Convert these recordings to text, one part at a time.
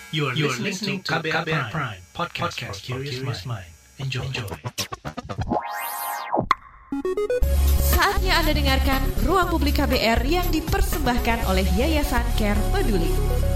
You are listening to KBR Prime, podcast for curious mind. Enjoy. Saatnya Anda dengarkan Ruang Publik KBR yang dipersembahkan oleh Yayasan Care Peduli.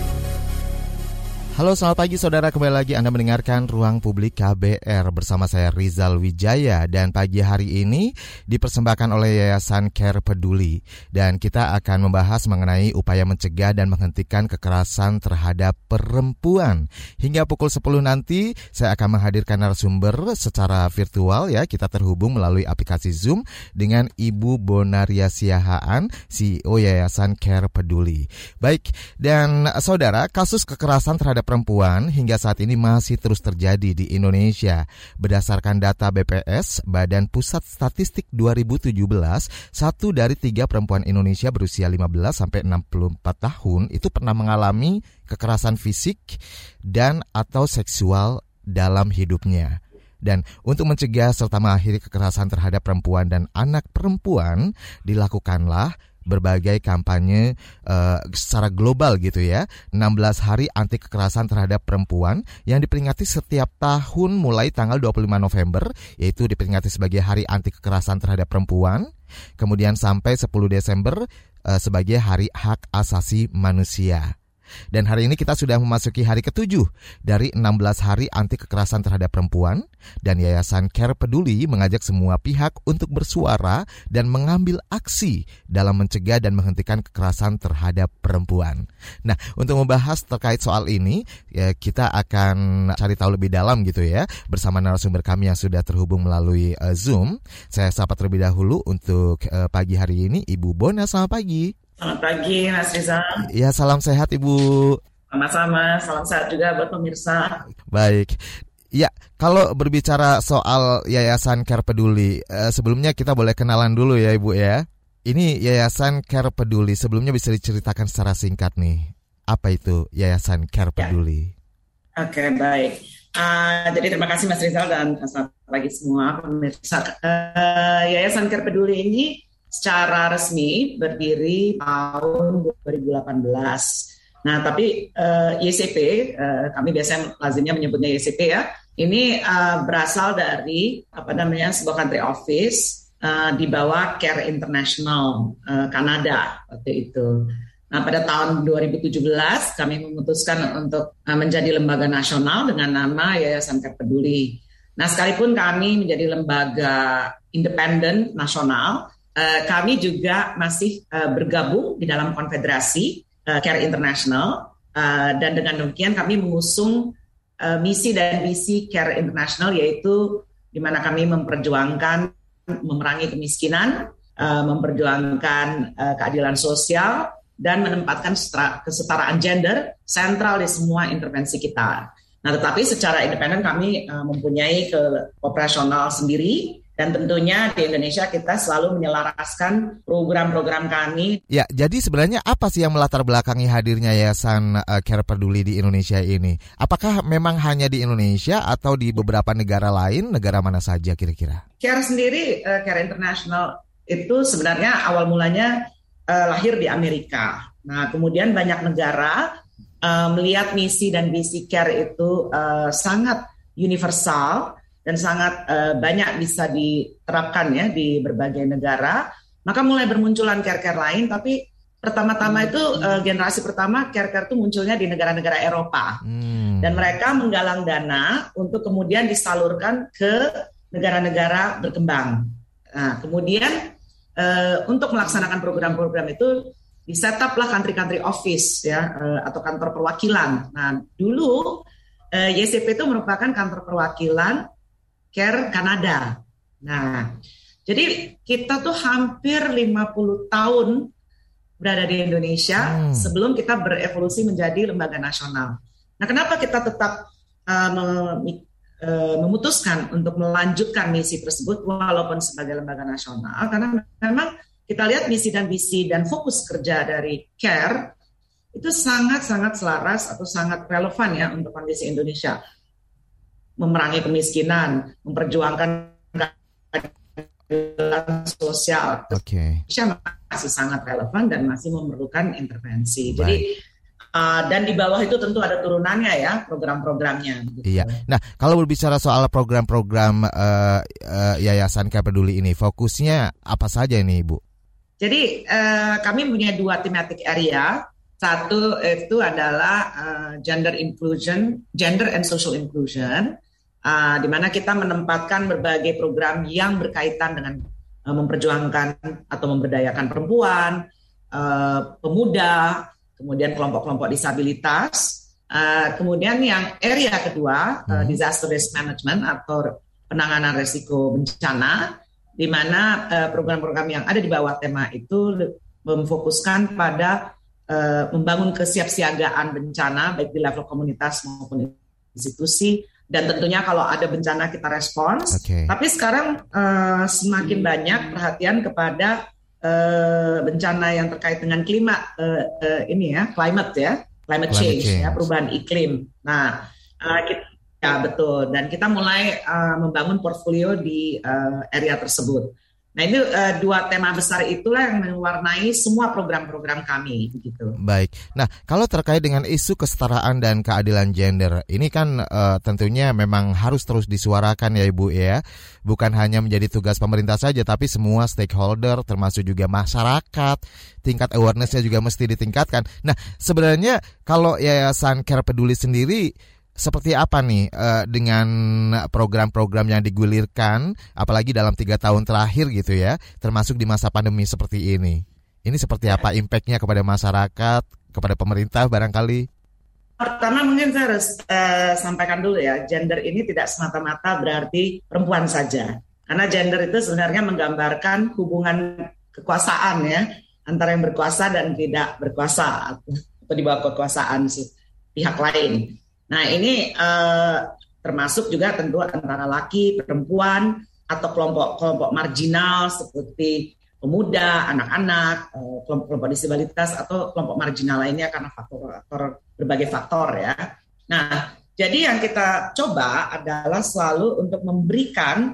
Halo, selamat pagi saudara, kembali lagi Anda mendengarkan Ruang Publik KBR bersama saya Rizal Wijaya. Dan pagi hari ini dipersembahkan oleh Yayasan Care Peduli. Dan kita akan membahas mengenai upaya mencegah dan menghentikan kekerasan terhadap perempuan. Hingga pukul 10 nanti saya akan menghadirkan narasumber secara virtual ya. Kita terhubung melalui aplikasi Zoom dengan Ibu Bonaria Siahaan, CEO Yayasan Care Peduli. Baik, dan saudara, kasus kekerasan terhadap perempuan hingga saat ini masih terus terjadi di Indonesia. Berdasarkan data BPS, Badan Pusat Statistik 2017, 1 dari 3 perempuan Indonesia berusia 15-64 tahun itu pernah mengalami kekerasan fisik dan atau seksual dalam hidupnya. Dan untuk mencegah serta mengakhiri kekerasan terhadap perempuan dan anak perempuan, dilakukanlah berbagai kampanye secara global gitu ya. 16 hari anti kekerasan terhadap perempuan yang diperingati setiap tahun mulai tanggal 25 November, yaitu diperingati sebagai Hari Anti Kekerasan Terhadap Perempuan. Kemudian sampai 10 Desember sebagai Hari Hak Asasi Manusia. Dan hari ini kita sudah memasuki hari ke-7 dari 16 hari anti kekerasan terhadap perempuan. Dan Yayasan Care Peduli mengajak semua pihak untuk bersuara dan mengambil aksi dalam mencegah dan menghentikan kekerasan terhadap perempuan. Nah, untuk membahas terkait soal ini, ya, kita akan cari tahu lebih dalam gitu ya, bersama narasumber kami yang sudah terhubung melalui Zoom. Saya sapa terlebih dahulu untuk pagi hari ini Ibu Bona. Selamat pagi. Selamat pagi Mas Rizal. Ya, salam sehat Ibu. Sama-sama, salam sehat juga buat pemirsa. Baik. Ya, kalau berbicara soal Yayasan Care Peduli, sebelumnya kita boleh kenalan dulu ya Ibu ya. Ini Yayasan Care Peduli, sebelumnya bisa diceritakan secara singkat nih. Apa itu Yayasan Care Peduli? Ya. Oke, baik. Jadi terima kasih Mas Rizal dan selamat pagi semua pemirsa. Yayasan Care Peduli ini secara resmi berdiri tahun 2018. Nah, tapi YCP, kami biasanya lazimnya menyebutnya YCP ya. Ini berasal dari sebuah country office di bawah Care International Kanada waktu itu. Nah, pada tahun 2017 kami memutuskan untuk menjadi lembaga nasional dengan nama Yayasan Care Peduli. Nah, sekalipun kami menjadi lembaga independen nasional, kami juga masih bergabung di dalam konfederasi Care International, dan dengan demikian kami mengusung misi dan visi Care International, yaitu di mana kami memperjuangkan memerangi kemiskinan, memperjuangkan keadilan sosial, dan menempatkan kesetaraan gender sentral di semua intervensi kita. Nah, tetapi secara independen kami mempunyai operasional sendiri. Dan tentunya di Indonesia kita selalu menyelaraskan program-program kami. Ya, jadi sebenarnya apa sih yang melatar belakangi hadirnya Yayasan Care Peduli di Indonesia ini? Apakah memang hanya di Indonesia atau di beberapa negara lain? Negara mana saja kira-kira? Care sendiri, Care International itu sebenarnya awal mulanya lahir di Amerika. Nah, kemudian banyak negara melihat misi dan visi Care itu sangat universal dan sangat banyak bisa diterapkan ya di berbagai negara, maka mulai bermunculan care-care lain. Tapi pertama-tama itu generasi pertama care-care itu munculnya di negara-negara Eropa, dan mereka menggalang dana untuk kemudian disalurkan ke negara-negara berkembang. Nah, kemudian untuk melaksanakan program-program itu di-setuplah country-country office ya, atau kantor perwakilan. Nah, dulu YCP itu merupakan kantor perwakilan Care Kanada. Nah, jadi kita tuh hampir 50 tahun berada di Indonesia sebelum kita berevolusi menjadi lembaga nasional. Nah, kenapa kita tetap memutuskan untuk melanjutkan misi tersebut walaupun sebagai lembaga nasional? Karena memang kita lihat misi dan visi dan fokus kerja dari Care itu sangat-sangat selaras atau sangat relevan ya untuk kondisi Indonesia. Memerangi kemiskinan, memperjuangkan keadilan sosial. Indonesia masih sangat relevan dan masih memerlukan intervensi. Baik. Jadi Dan di bawah itu tentu ada turunannya ya, program-programnya. Gitu. Iya. Nah, kalau berbicara soal program-program Yayasan Care Peduli ini, fokusnya apa saja ini, Ibu? Jadi kami punya 2 thematic area. Satu itu adalah gender and social inclusion, di mana kita menempatkan berbagai program yang berkaitan dengan memperjuangkan atau memberdayakan perempuan, pemuda, kemudian kelompok-kelompok disabilitas. Kemudian yang area kedua, disaster risk management atau penanganan risiko bencana, di mana program-program yang ada di bawah tema itu memfokuskan pada membangun kesiapsiagaan bencana baik di level komunitas maupun institusi, dan tentunya kalau ada bencana kita respons. Tapi sekarang semakin banyak perhatian kepada bencana yang terkait dengan climate change ya, perubahan iklim. Nah, betul, dan kita mulai membangun portfolio di area tersebut. Nah, ini 2 tema besar itulah yang mewarnai semua program-program kami, begitu. Baik. Nah, kalau terkait dengan isu kesetaraan dan keadilan gender, ini kan tentunya memang harus terus disuarakan ya Ibu ya. Bukan hanya menjadi tugas pemerintah saja, tapi semua stakeholder, termasuk juga masyarakat, tingkat awareness-nya juga mesti ditingkatkan. Nah, sebenarnya kalau Yayasan Care Peduli sendiri seperti apa nih dengan program-program yang digulirkan, apalagi dalam 3 tahun terakhir gitu ya, termasuk di masa pandemi seperti ini? Ini seperti apa impact-nya kepada masyarakat, kepada pemerintah barangkali? Pertama mungkin saya harus sampaikan dulu ya, gender ini tidak semata-mata berarti perempuan saja. Karena gender itu sebenarnya menggambarkan hubungan kekuasaan ya, antara yang berkuasa dan tidak berkuasa, atau di bawah kekuasaan pihak lain. Nah, ini termasuk juga tentu antara laki, perempuan, atau kelompok-kelompok marginal seperti pemuda, anak-anak, kelompok-kelompok disabilitas, atau kelompok marginal lainnya karena berbagai faktor ya. Nah, jadi yang kita coba adalah selalu untuk memberikan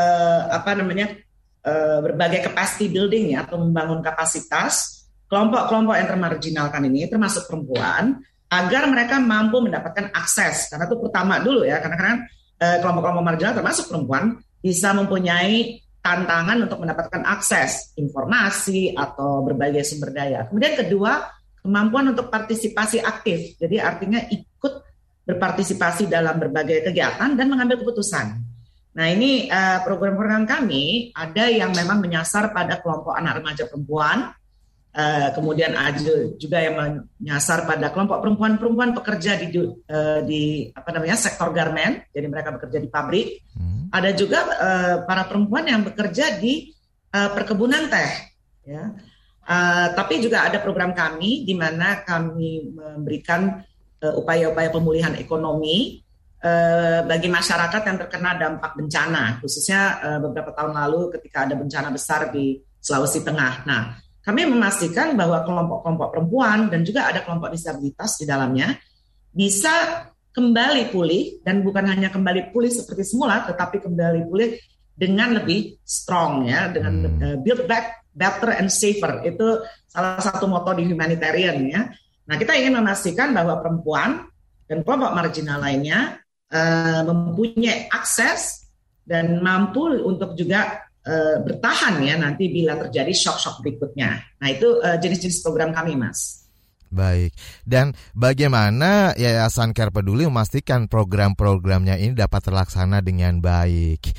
berbagai capacity building ya, atau membangun kapasitas kelompok-kelompok yang termarginalkan ini, termasuk perempuan, agar mereka mampu mendapatkan akses. Karena itu pertama dulu ya, karena kelompok-kelompok marginal termasuk perempuan bisa mempunyai tantangan untuk mendapatkan akses informasi atau berbagai sumber daya. Kemudian kedua, kemampuan untuk partisipasi aktif. Jadi artinya ikut berpartisipasi dalam berbagai kegiatan dan mengambil keputusan. Nah, ini program-program kami ada yang memang menyasar pada kelompok anak remaja perempuan. Kemudian ada juga yang menyasar pada kelompok perempuan pekerja di sektor garment, jadi mereka bekerja di pabrik. Ada juga para perempuan yang bekerja di perkebunan teh, ya. Tapi juga ada program kami di mana kami memberikan upaya-upaya pemulihan ekonomi bagi masyarakat yang terkena dampak bencana, khususnya beberapa tahun lalu ketika ada bencana besar di Sulawesi Tengah. Nah, kami memastikan bahwa kelompok-kelompok perempuan dan juga ada kelompok disabilitas di dalamnya bisa kembali pulih, dan bukan hanya kembali pulih seperti semula, tetapi kembali pulih dengan lebih strong ya, dengan build back better and safer. Itu salah satu moto di humanitarian ya. Nah, kita ingin memastikan bahwa perempuan dan kelompok marginal lainnya mempunyai akses dan mampu untuk juga bertahan ya nanti bila terjadi shock-shock berikutnya. Nah, itu jenis-jenis program kami, Mas. Baik. Dan bagaimana Yayasan Care Peduli memastikan program-programnya ini dapat terlaksana dengan baik?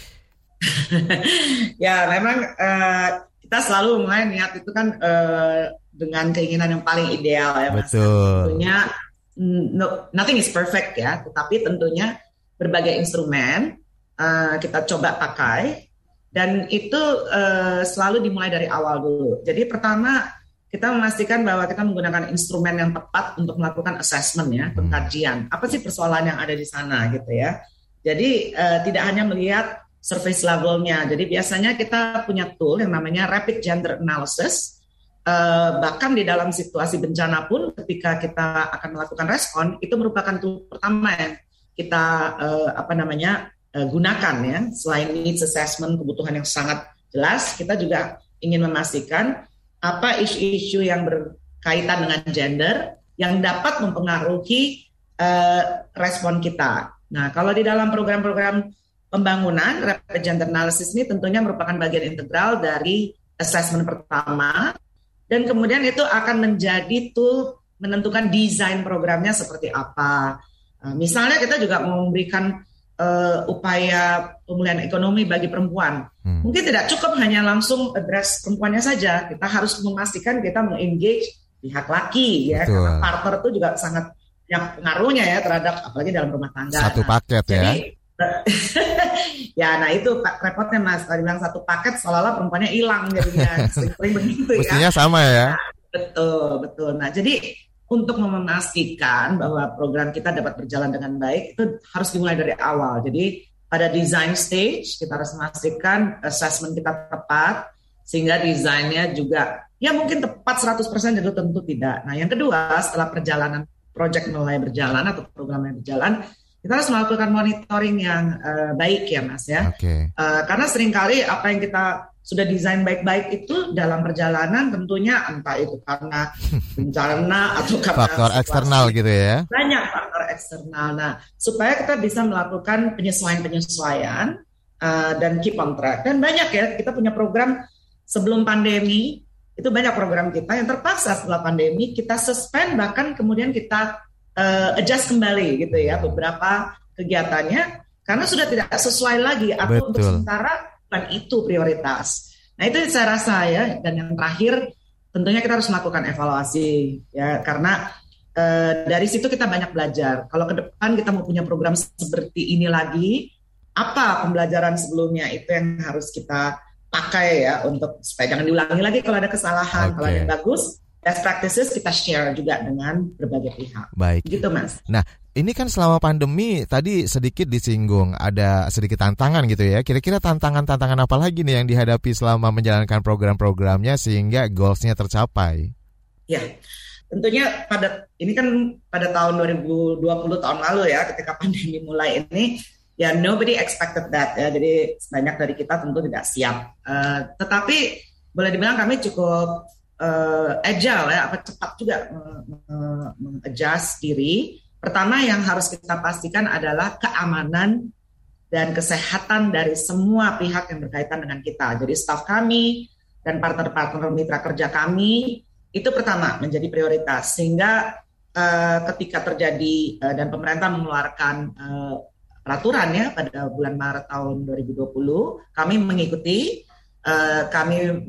Ya, memang kita selalu mulai niat itu kan dengan keinginan yang paling ideal ya, Mas. Betul. Tentunya nothing is perfect ya, tetapi tentunya berbagai instrumen kita coba pakai. Dan itu selalu dimulai dari awal dulu. Jadi pertama kita memastikan bahwa kita menggunakan instrumen yang tepat untuk melakukan assessment ya, pengkajian. Apa sih persoalan yang ada di sana gitu ya. Jadi tidak hanya melihat surface levelnya. Jadi biasanya kita punya tool yang namanya Rapid Gender Analysis. Bahkan di dalam situasi bencana pun ketika kita akan melakukan respon, itu merupakan tool pertama yang kita gunakan ya. Selain needs assessment, kebutuhan yang sangat jelas, kita juga ingin memastikan apa isu-isu yang berkaitan dengan gender yang dapat mempengaruhi respon kita. Nah, kalau di dalam program-program pembangunan, rapid gender analysis ini tentunya merupakan bagian integral dari assessment pertama, dan kemudian itu akan menjadi tool menentukan desain programnya seperti apa. Misalnya kita juga mau memberikan upaya pemulihan ekonomi bagi perempuan. Mungkin tidak cukup hanya langsung address perempuannya saja, kita harus memastikan kita mengengage pihak laki, ya, karena partner itu juga sangat yang pengaruhnya ya terhadap apalagi dalam rumah tangga. Satu paket jadi, ya, nah itu repotnya Mas. Kalau bilang satu paket seolah-olah perempuannya hilang jadinya sering begitu ya. Mestinya sama ya. Nah, betul. Nah, jadi untuk memastikan bahwa program kita dapat berjalan dengan baik itu harus dimulai dari awal. Jadi pada design stage kita harus memastikan assessment kita tepat sehingga desainnya juga ya mungkin tepat 100% itu tentu tidak. Nah, yang kedua setelah perjalanan project mulai berjalan atau programnya berjalan, kita harus melakukan monitoring yang baik ya Mas ya. Karena seringkali apa yang kita sudah desain baik-baik itu dalam perjalanan tentunya entah itu karena bencana atau karena faktor eksternal gitu ya. Banyak faktor eksternal. Nah, supaya kita bisa melakukan penyesuaian dan keep on track. Dan banyak ya, kita punya program sebelum pandemi, itu banyak program kita yang terpaksa setelah pandemi kita suspend, bahkan kemudian kita adjust kembali gitu ya beberapa kegiatannya karena sudah tidak sesuai lagi atau untuk sementara bukan itu prioritas. Nah itu saya rasa ya, dan yang terakhir tentunya kita harus melakukan evaluasi ya karena dari situ kita banyak belajar. Kalau ke depan kita mau punya program seperti ini lagi, apa pembelajaran sebelumnya itu yang harus kita pakai ya untuk supaya jangan diulangi lagi kalau ada kesalahan. Kalau ada yang bagus, best practices kita share juga dengan berbagai pihak. Baik. Gitu Mas. Nah, ini kan selama pandemi tadi sedikit disinggung ada sedikit tantangan gitu ya. Kira-kira tantangan apa lagi nih yang dihadapi selama menjalankan program-programnya sehingga goals-nya tercapai? Ya, tentunya ini kan pada tahun 2020 tahun lalu ya ketika pandemi mulai ini. Ya, nobody expected that ya. Jadi banyak dari kita tentu tidak siap. Tetapi boleh dibilang kami cukup agile ya, cepat juga mengadjust diri. Pertama yang harus kita pastikan adalah keamanan dan kesehatan dari semua pihak yang berkaitan dengan kita. Jadi staf kami dan partner-partner mitra kerja kami itu pertama menjadi prioritas. Sehingga ketika terjadi dan pemerintah mengeluarkan peraturan ya pada bulan Maret tahun 2020, kami mengikuti, kami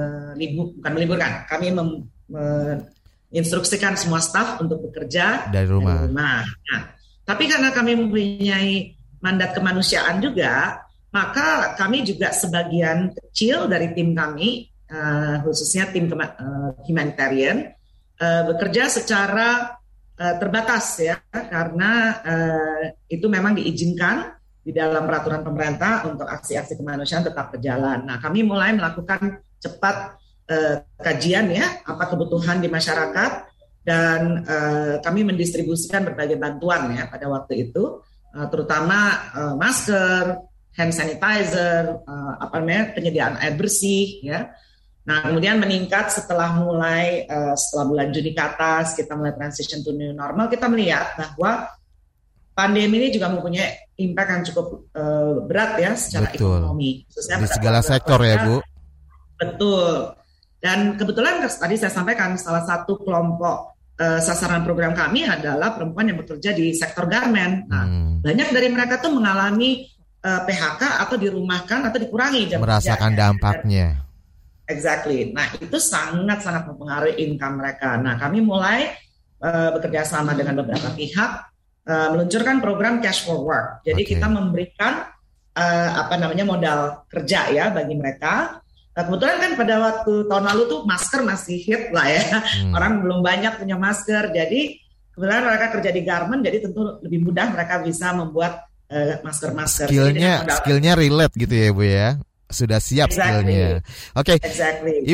menginstruksikan semua staf untuk bekerja dari rumah. Nah, tapi karena kami mempunyai mandat kemanusiaan juga, maka kami juga sebagian kecil dari tim kami, khususnya tim humanitarian, bekerja secara terbatas ya, karena itu memang diizinkan di dalam peraturan pemerintah untuk aksi-aksi kemanusiaan tetap berjalan. Nah, kami mulai melakukan cepat kajian ya, apa kebutuhan di masyarakat, dan kami mendistribusikan berbagai bantuan ya pada waktu itu, terutama masker, hand sanitizer, penyediaan air bersih ya. Nah, kemudian meningkat setelah bulan Juni ke atas, kita mulai transition to new normal, kita melihat bahwa pandemi ini juga mempunyai impact yang cukup berat ya secara ekonomi. Di segala sektor ya Bu. Betul. Dan kebetulan tadi saya sampaikan salah satu kelompok sasaran program kami adalah perempuan yang bekerja di sektor garment. Nah, banyak dari mereka tuh mengalami PHK atau dirumahkan atau dikurangi jam merasakan kerjanya. Dampaknya. Exactly. Nah, itu sangat-sangat mempengaruhi income mereka. Nah, kami mulai bekerja sama dengan beberapa pihak meluncurkan program Cash for Work. Jadi kita memberikan modal kerja ya bagi mereka. Kebetulan kan pada waktu tahun lalu tuh masker masih hit lah ya. Orang belum banyak punya masker. Jadi kebetulan mereka kerja di garment, jadi tentu lebih mudah mereka bisa membuat masker-masker. Skillnya relate gitu ya Bu ya. Sudah siap skillnya. Oke. Exactly. Ibu,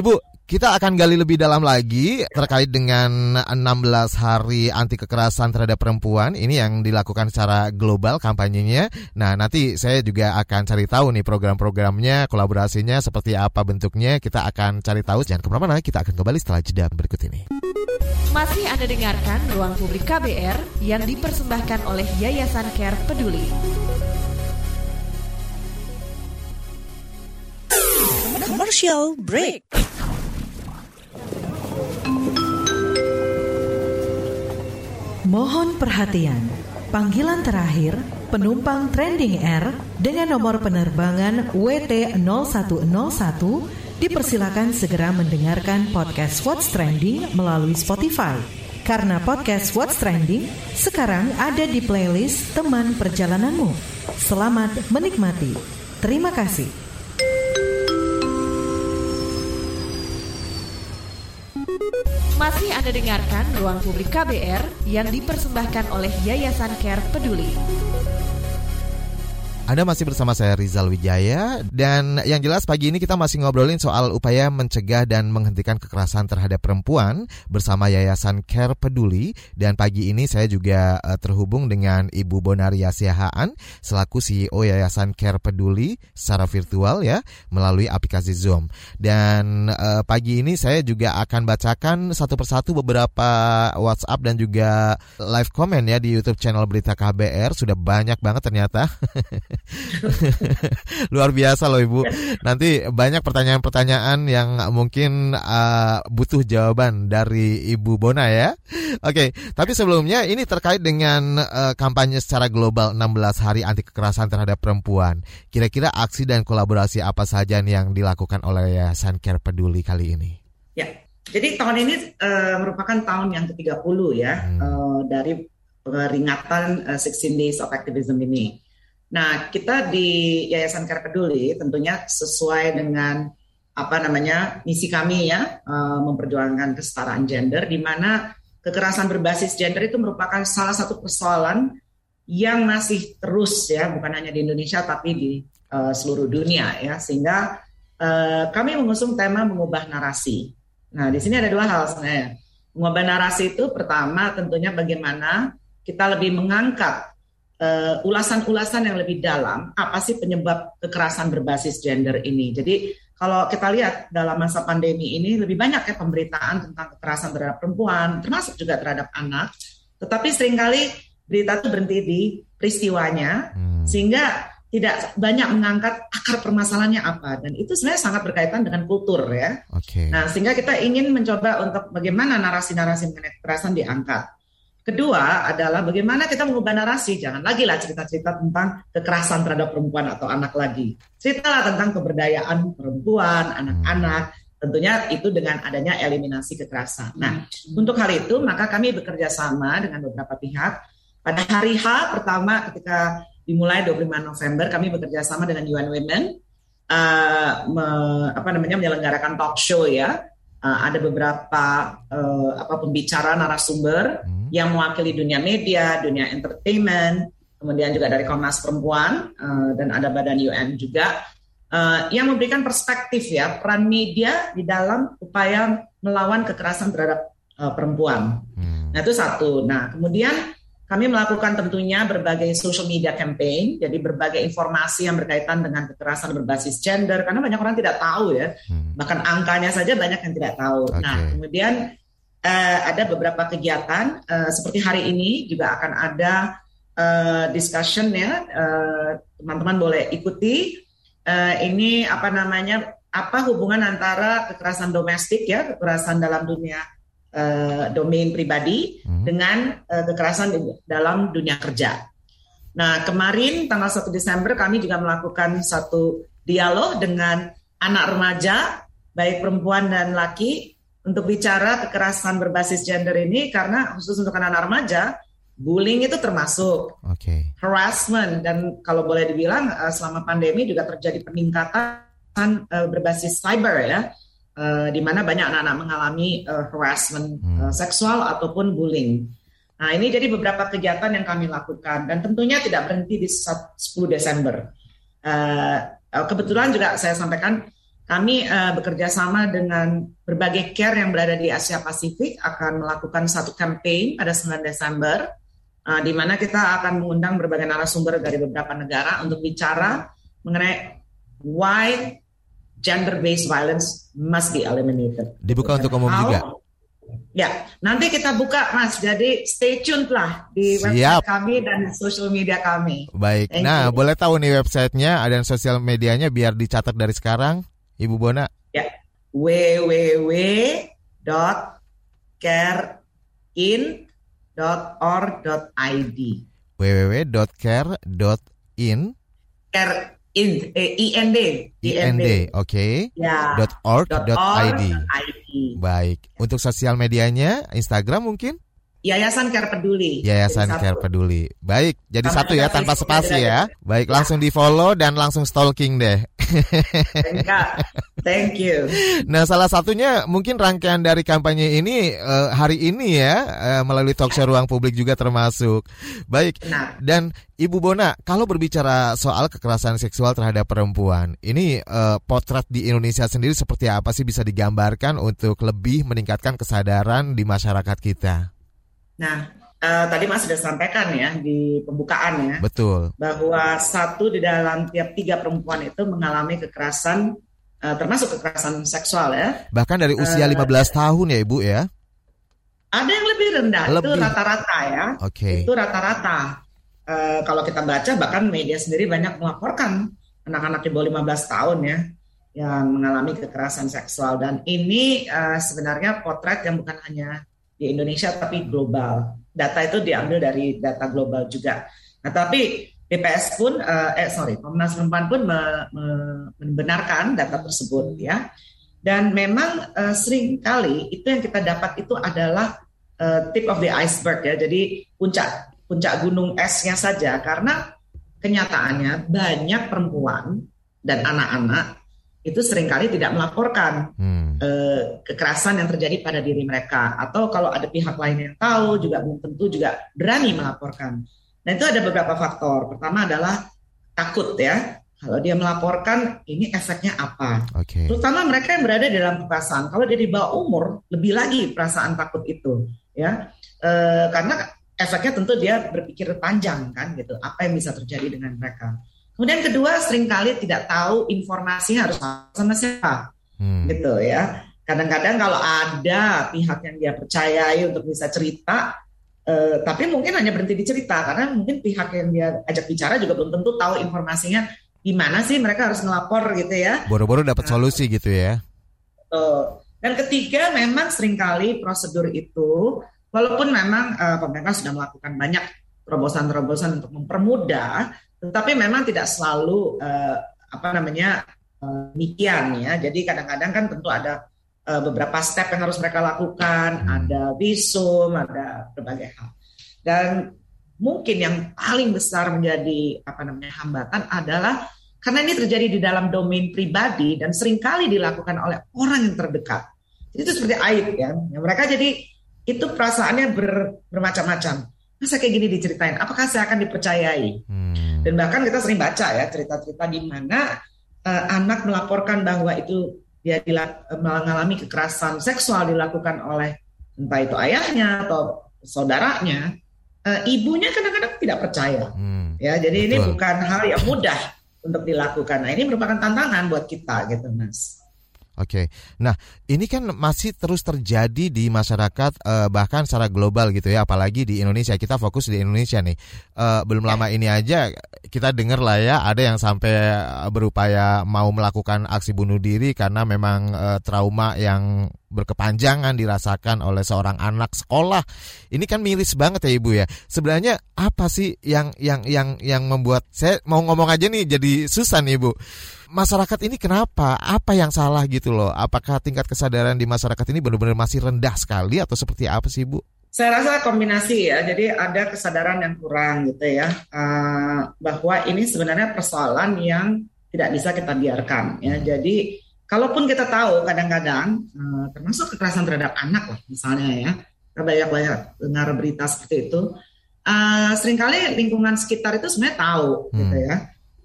Kita akan gali lebih dalam lagi terkait dengan 16 hari anti kekerasan terhadap perempuan. Ini yang dilakukan secara global kampanyenya. Nah, nanti saya juga akan cari tahu nih program-programnya, kolaborasinya seperti apa bentuknya. Kita akan cari tahu. Jangan kemana-mana, kita akan kembali setelah jeda berikut ini. Masih Anda dengarkan Ruang Publik KBR yang dipersembahkan oleh Yayasan Care Peduli. Commercial break. Mohon perhatian, panggilan terakhir penumpang Trending Air dengan nomor penerbangan WT0101 dipersilakan segera mendengarkan podcast What's Trending melalui Spotify. Karena podcast What's Trending sekarang ada di playlist teman perjalananmu. Selamat menikmati. Terima kasih. Masih Anda dengarkan Ruang Publik KBR yang dipersembahkan oleh Yayasan Care Peduli. Anda masih bersama saya Rizal Wijaya, dan yang jelas pagi ini kita masih ngobrolin soal upaya mencegah dan menghentikan kekerasan terhadap perempuan bersama Yayasan Care Peduli. Dan pagi ini saya juga terhubung dengan Ibu Bonaria Siahaan selaku CEO Yayasan Care Peduli secara virtual ya, melalui aplikasi Zoom. Dan pagi ini saya juga akan bacakan satu persatu beberapa WhatsApp dan juga live comment ya di YouTube channel Berita KBR. Sudah banyak banget ternyata. Luar biasa loh Ibu. Nanti banyak pertanyaan-pertanyaan yang mungkin butuh jawaban dari Ibu Bona ya. Oke, tapi sebelumnya ini terkait dengan kampanye secara global 16 hari anti kekerasan terhadap perempuan. Kira-kira aksi dan kolaborasi apa saja yang dilakukan oleh Yayasan Care Peduli kali ini? Ya, jadi tahun ini merupakan tahun yang ke-30 ya dari peringatan 16 Days of Activism ini. Nah, kita di Yayasan Care Peduli tentunya sesuai dengan misi kami ya, memperjuangkan kesetaraan gender, di mana kekerasan berbasis gender itu merupakan salah satu persoalan yang masih terus ya, bukan hanya di Indonesia tapi di seluruh dunia ya, sehingga kami mengusung tema mengubah narasi. Nah, di sini ada dua hal sebenarnya. Mengubah narasi itu pertama tentunya bagaimana kita lebih mengangkat ulasan-ulasan yang lebih dalam, apa sih penyebab kekerasan berbasis gender ini. Jadi kalau kita lihat dalam masa pandemi ini lebih banyak ya pemberitaan tentang kekerasan terhadap perempuan, termasuk juga terhadap anak, tetapi seringkali berita itu berhenti di peristiwanya, sehingga tidak banyak mengangkat akar permasalahannya apa, dan itu sebenarnya sangat berkaitan dengan kultur ya. Okay. Nah, sehingga kita ingin mencoba untuk bagaimana narasi-narasi mengenai kekerasan diangkat. Kedua adalah bagaimana kita mengubah narasi, jangan lagi lah cerita-cerita tentang kekerasan terhadap perempuan atau anak lagi. Ceritalah tentang pemberdayaan perempuan, anak-anak, tentunya itu dengan adanya eliminasi kekerasan. Nah, untuk hal itu maka kami bekerja sama dengan beberapa pihak. Pada hari H pertama ketika dimulai 25 November, kami bekerja sama dengan UN Women, menyelenggarakan talk show ya. Ada beberapa pembicara narasumber yang mewakili dunia media, dunia entertainment, kemudian juga dari Komnas Perempuan dan ada Badan UN juga yang memberikan perspektif ya peran media di dalam upaya melawan kekerasan terhadap perempuan. Nah itu satu. Nah kemudian kami melakukan tentunya berbagai social media campaign, jadi berbagai informasi yang berkaitan dengan kekerasan berbasis gender, karena banyak orang tidak tahu ya, bahkan angkanya saja banyak yang tidak tahu. Okay. Nah, kemudian ada beberapa kegiatan, seperti hari ini juga akan ada discussion ya, teman-teman boleh ikuti. Ini apa hubungan antara kekerasan domestik ya, kekerasan dalam dunia domain pribadi dengan kekerasan dalam dunia kerja. Nah, kemarin tanggal 1 Desember kami juga melakukan satu dialog dengan anak remaja, baik perempuan dan laki, untuk bicara kekerasan berbasis gender ini, karena khusus untuk anak remaja, bullying itu termasuk harassment, dan kalau boleh dibilang selama pandemi juga terjadi peningkatan berbasis cyber ya, di mana banyak anak-anak mengalami harassment seksual ataupun bullying. Nah, ini jadi beberapa kegiatan yang kami lakukan dan tentunya tidak berhenti di 10 Desember. Kebetulan juga saya sampaikan kami bekerja sama dengan berbagai care yang berada di Asia Pasifik akan melakukan satu campaign pada 9 Desember di mana kita akan mengundang berbagai narasumber dari beberapa negara untuk bicara mengenai why gender-based violence must be eliminated. Dibuka untuk umum juga? Ya, nanti kita buka Mas, jadi stay tune lah di website kami dan social media kami. Baik, boleh tahu nih websitenya dan sosial medianya biar dicatat dari sekarang, Ibu Bona? Ya, www.carein.org.id www.care.in IND, oke. Ya. .org.id. Baik. Untuk sosial medianya, Instagram mungkin? Yayasan Care Peduli. Yayasan Care Peduli. Baik, jadi satu ya, tanpa spasi ya. Baik, langsung di-follow dan langsung stalking deh. Thank you. Nah, salah satunya mungkin rangkaian dari kampanye ini hari ini ya, melalui talkshow Ruang Publik juga termasuk. Baik. Dan Ibu Bona, kalau berbicara soal kekerasan seksual terhadap perempuan, ini potret di Indonesia sendiri seperti apa sih, bisa digambarkan untuk lebih meningkatkan kesadaran di masyarakat kita? Nah, tadi Mas sudah sampaikan ya di pembukaan ya. Betul. Bahwa 1 di dalam tiap 3 perempuan itu mengalami kekerasan, termasuk kekerasan seksual ya. Bahkan dari usia 15 tahun ya Ibu ya? Ada yang lebih rendah, itu rata-rata ya. Oke. Itu rata-rata. Kalau kita baca bahkan media sendiri banyak melaporkan anak-anak di bawah 15 tahun ya yang mengalami kekerasan seksual. Dan ini sebenarnya potret yang bukan hanya di Indonesia tapi global. Data itu diambil dari data global juga. Nah, tapi BPS pun Komnas Perempuan pun membenarkan data tersebut ya. Dan memang sering kali itu yang kita dapat itu adalah tip of the iceberg ya. Jadi puncak gunung esnya saja, karena kenyataannya banyak perempuan dan anak-anak itu seringkali tidak melaporkan kekerasan yang terjadi pada diri mereka, atau kalau ada pihak lain yang tahu juga belum tentu juga berani melaporkan. Dan itu ada beberapa faktor. Pertama adalah takut ya. Kalau dia melaporkan, ini efeknya apa? Okay. Terutama mereka yang berada di dalam kekerasan. Kalau dia di bawah umur, lebih lagi perasaan takut itu ya, karena efeknya tentu dia berpikir panjang kan gitu. Apa yang bisa terjadi dengan mereka? Kemudian kedua, seringkali tidak tahu informasinya harus sama siapa, gitu ya. Kadang-kadang kalau ada pihak yang dia percayai untuk bisa cerita, tapi mungkin hanya berhenti di cerita, karena mungkin pihak yang dia ajak bicara juga belum tentu tahu informasinya di mana sih mereka harus ngelapor gitu ya. Boro-boro dapat solusi gitu ya. Dan ketiga, memang seringkali prosedur itu, walaupun memang pemerintah sudah melakukan banyak terobosan-terobosan untuk mempermudah, tetapi memang tidak selalu demikian ya. Jadi kadang-kadang kan tentu ada beberapa step yang harus mereka lakukan, ada visum, ada berbagai hal. Dan mungkin yang paling besar menjadi hambatan adalah karena ini terjadi di dalam domain pribadi dan seringkali dilakukan oleh orang yang terdekat. Jadi itu seperti aib ya. Mereka jadi itu perasaannya bermacam-macam. Masa kayak gini diceritain, apakah saya akan dipercayai? Dan bahkan kita sering baca ya cerita-cerita di mana anak melaporkan bahwa itu dia mengalami kekerasan seksual dilakukan oleh entah itu ayahnya atau saudaranya, ibunya kadang-kadang tidak percaya. Ya, jadi ini bukan hal yang mudah untuk dilakukan. Nah, ini merupakan tantangan buat kita gitu, Mas. Oke, nah ini kan masih terus terjadi di masyarakat bahkan secara global gitu ya, apalagi di Indonesia. Kita fokus di Indonesia nih. Belum lama ini aja kita dengar lah ya, ada yang sampai berupaya mau melakukan aksi bunuh diri karena memang trauma yang berkepanjangan dirasakan oleh seorang anak sekolah. Ini kan miris banget ya Ibu ya. Sebenarnya apa sih yang membuat saya mau ngomong aja nih jadi susah nih Ibu. Masyarakat ini kenapa? Apa yang salah gitu loh? Apakah tingkat kesadaran di masyarakat ini benar-benar masih rendah sekali atau seperti apa sih Ibu? Saya rasa kombinasi ya. Jadi ada kesadaran yang kurang gitu ya. Bahwa ini sebenarnya persoalan yang tidak bisa kita biarkan ya. Jadi kalaupun kita tahu kadang-kadang termasuk kekerasan terhadap anak lah misalnya ya. Kita banyak dengar berita seperti itu. Seringkali lingkungan sekitar itu sebenarnya tahu gitu ya.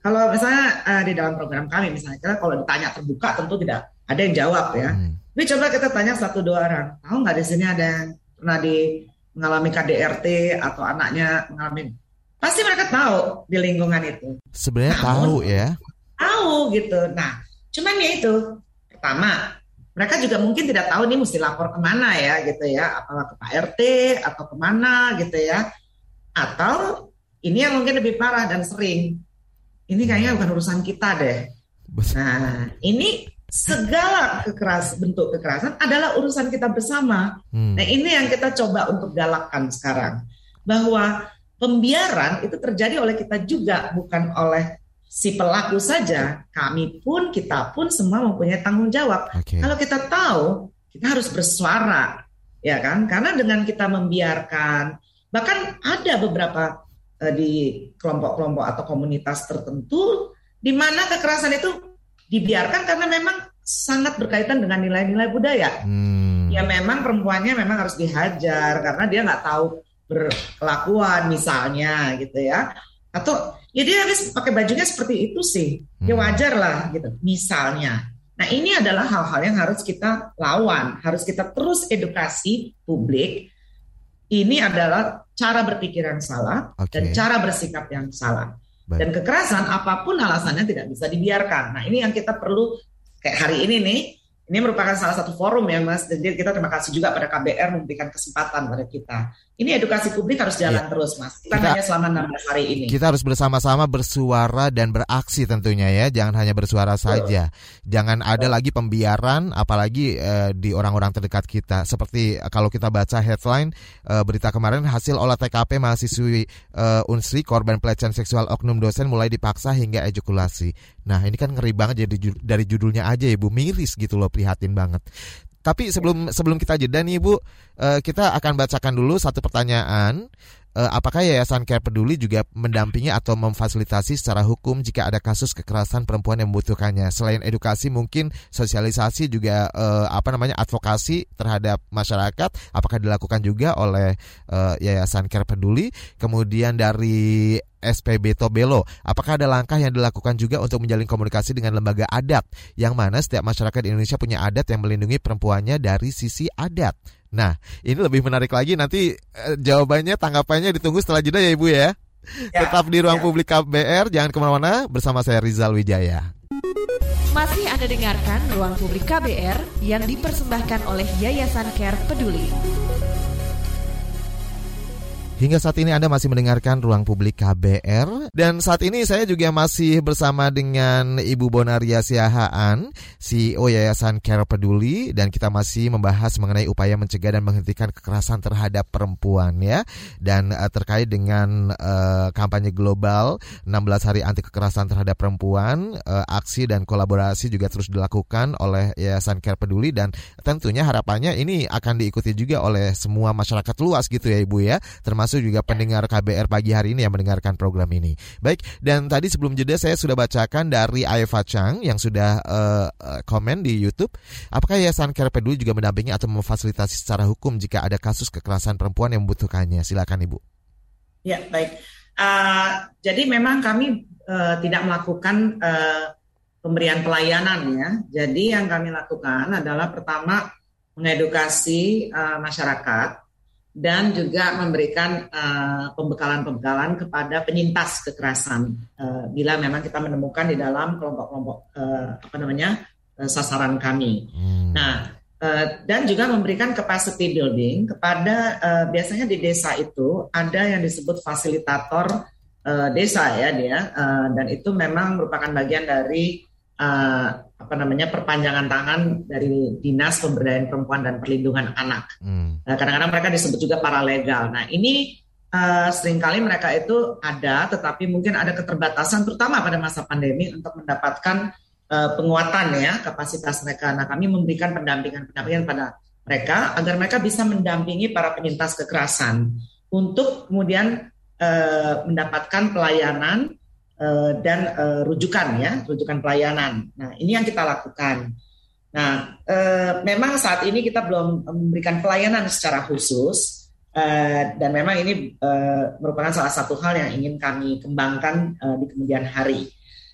kalau misalnya di dalam program kami misalnya kalau ditanya terbuka tentu tidak ada yang jawab ya. Tapi coba kita tanya 1-2 orang, tahu nggak di sini ada yang pernah mengalami KDRT atau anaknya mengalami? Pasti mereka tahu di lingkungan itu. Sebenarnya tahu ya. Tahu gitu. Nah, cuman ya itu pertama mereka juga mungkin tidak tahu nih mesti lapor kemana ya gitu ya, apakah ke Pak RT atau kemana gitu ya, atau ini yang mungkin lebih parah dan sering. Ini kayaknya bukan urusan kita deh. Nah, ini segala bentuk kekerasan adalah urusan kita bersama. Nah, ini yang kita coba untuk galakkan sekarang. Bahwa pembiaran itu terjadi oleh kita juga, bukan oleh si pelaku saja. Kita pun semua mempunyai tanggung jawab. Kalau kita tahu, kita harus bersuara. Ya kan? Karena dengan kita membiarkan, bahkan ada beberapa di kelompok-kelompok atau komunitas tertentu di mana kekerasan itu dibiarkan karena memang sangat berkaitan dengan nilai-nilai budaya. Ya memang perempuannya memang harus dihajar karena dia nggak tahu berkelakuan misalnya gitu ya. Atau ya dia habis pakai bajunya seperti itu sih. Ya wajar lah gitu misalnya. Nah ini adalah hal-hal yang harus kita lawan. Harus kita terus edukasi publik. Ini adalah cara berpikir yang salah dan cara bersikap yang salah. Dan kekerasan apapun alasannya tidak bisa dibiarkan. Nah ini yang kita perlu kayak hari ini nih. Ini merupakan salah satu forum ya Mas. Jadi kita terima kasih juga pada KBR memberikan kesempatan pada kita. Ini edukasi publik harus jalan terus Mas. Kita hanya selama 16 hari ini. Kita harus bersama-sama bersuara dan beraksi tentunya ya. Jangan hanya bersuara saja. Jangan ada lagi pembiaran apalagi di orang-orang terdekat kita. Seperti kalau kita baca headline berita kemarin hasil olah TKP mahasiswi Unsri korban pelecehan seksual oknum dosen mulai dipaksa hingga ejakulasi. Nah ini kan ngeri banget jadi dari judulnya aja Ibu, miris gitu loh, prihatin banget. Tapi sebelum kita jeda nih Ibu, kita akan bacakan dulu satu pertanyaan. Apakah Yayasan Care Peduli juga mendampingi atau memfasilitasi secara hukum jika ada kasus kekerasan perempuan yang membutuhkannya? Selain edukasi mungkin sosialisasi juga advokasi terhadap masyarakat. Apakah dilakukan juga oleh Yayasan Care Peduli? Kemudian dari SPB Tobelo, apakah ada langkah yang dilakukan juga untuk menjalin komunikasi dengan lembaga adat yang mana setiap masyarakat di Indonesia punya adat yang melindungi perempuannya dari sisi adat? Nah, ini lebih menarik lagi, nanti jawabannya, tanggapannya ditunggu setelah jeda ya Ibu ya. Tetap di Ruang Publik KBR, jangan kemana-mana, bersama saya Rizal Wijaya. Masih Anda dengarkan Ruang Publik KBR yang dipersembahkan oleh Yayasan Care Peduli. Hingga saat ini Anda masih mendengarkan Ruang Publik KBR. Dan saat ini saya juga masih bersama dengan Ibu Bonaria Siahaan, CEO Yayasan Care Peduli. Dan kita masih membahas mengenai upaya mencegah dan menghentikan kekerasan terhadap perempuan ya. Dan terkait dengan kampanye global 16 hari anti kekerasan terhadap perempuan, aksi dan kolaborasi juga terus dilakukan oleh Yayasan Care Peduli. Dan tentunya harapannya ini akan diikuti juga oleh semua masyarakat luas gitu ya Ibu ya. Termasuk juga pendengar KBR pagi hari ini yang mendengarkan program ini. Baik, dan tadi sebelum jeda saya sudah bacakan dari Eva Chang yang sudah komen di YouTube. Apakah Yayasan Care Peduli juga mendampingi atau memfasilitasi secara hukum jika ada kasus kekerasan perempuan yang membutuhkannya? Silakan Ibu. Ya, baik. Jadi memang kami tidak melakukan pemberian pelayanan ya. Jadi yang kami lakukan adalah pertama mengedukasi masyarakat dan juga memberikan pembekalan-pembekalan kepada penyintas kekerasan bila memang kita menemukan di dalam kelompok-kelompok sasaran kami. Nah, dan juga memberikan capacity building kepada biasanya di desa itu ada yang disebut fasilitator desa ya dia, dan itu memang merupakan bagian dari perpanjangan tangan dari Dinas Pemberdayaan Perempuan dan Perlindungan Anak. Kadang-kadang mereka disebut juga paralegal. Nah ini seringkali mereka itu ada, tetapi mungkin ada keterbatasan, terutama pada masa pandemi untuk mendapatkan penguatan ya kapasitas mereka. Nah kami memberikan pendampingan pada mereka agar mereka bisa mendampingi para penyintas kekerasan untuk kemudian mendapatkan pelayanan dan rujukan pelayanan. Nah ini yang kita lakukan. Nah memang saat ini kita belum memberikan pelayanan secara khusus dan memang ini merupakan salah satu hal yang ingin kami kembangkan di kemudian hari.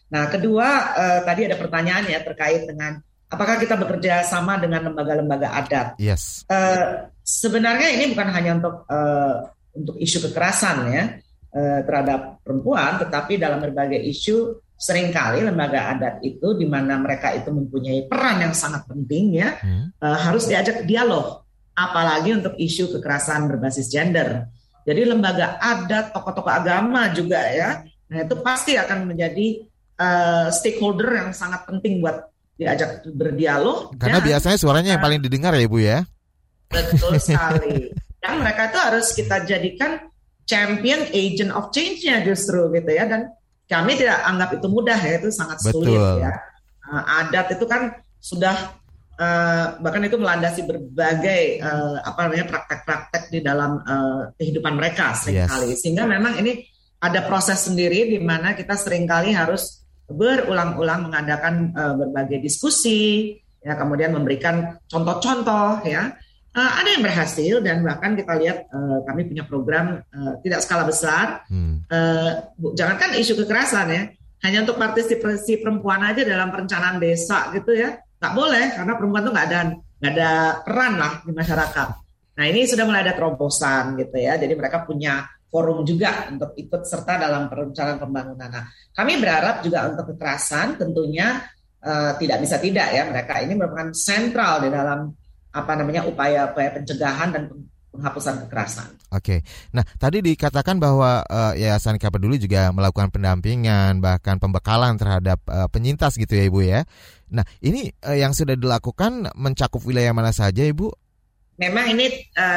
Nah, kedua, tadi ada pertanyaan ya terkait dengan apakah kita bekerja sama dengan lembaga-lembaga adat. Yes. Sebenarnya ini bukan hanya untuk isu kekerasan ya terhadap perempuan, tetapi dalam berbagai isu seringkali lembaga adat itu di mana mereka itu mempunyai peran yang sangat penting ya, harus diajak dialog, apalagi untuk isu kekerasan berbasis gender. Jadi lembaga adat, tokoh-tokoh agama juga ya, nah itu pasti akan menjadi stakeholder yang sangat penting buat diajak berdialog. Karena biasanya suaranya yang paling didengar ya Ibu ya. Betul sekali. Dan mereka itu harus kita jadikan champion agent of change-nya justru gitu ya, dan kami tidak anggap itu mudah ya, itu sangat sulit ya. Adat itu kan sudah bahkan itu melandasi berbagai praktek-praktek di dalam kehidupan mereka seringkali. Sehingga memang ini ada proses sendiri di mana kita seringkali harus berulang-ulang mengadakan berbagai diskusi, ya, kemudian memberikan contoh-contoh ya. Ada yang berhasil dan bahkan kita lihat kami punya program tidak skala besar. Jangankan isu kekerasan ya, hanya untuk partisipasi perempuan aja dalam perencanaan desa gitu ya, nggak boleh karena perempuan tuh nggak ada peran lah di masyarakat. Nah ini sudah mulai ada terobosan gitu ya, jadi mereka punya forum juga untuk ikut serta dalam perencanaan pembangunan. Nah, kami berharap juga untuk kekerasan tentunya tidak bisa tidak ya, mereka ini merupakan sentral di dalam upaya-upaya pencegahan dan penghapusan kekerasan. Oke. Nah, tadi dikatakan bahwa Yayasan Care Peduli juga melakukan pendampingan bahkan pembekalan terhadap penyintas gitu ya Ibu ya. Nah, ini yang sudah dilakukan mencakup wilayah mana saja Ibu? Memang ini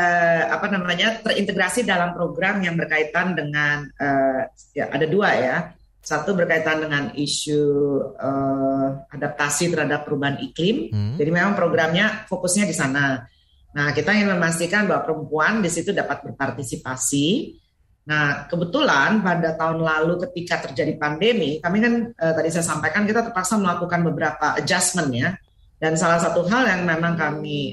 terintegrasi dalam program yang berkaitan dengan ada dua ya. Satu berkaitan dengan isu adaptasi terhadap perubahan iklim. Jadi memang programnya fokusnya di sana. Nah, kita ingin memastikan bahwa perempuan di situ dapat berpartisipasi. Nah, kebetulan pada tahun lalu ketika terjadi pandemi, kami kan tadi saya sampaikan kita terpaksa melakukan beberapa adjustment ya. Dan salah satu hal yang memang kami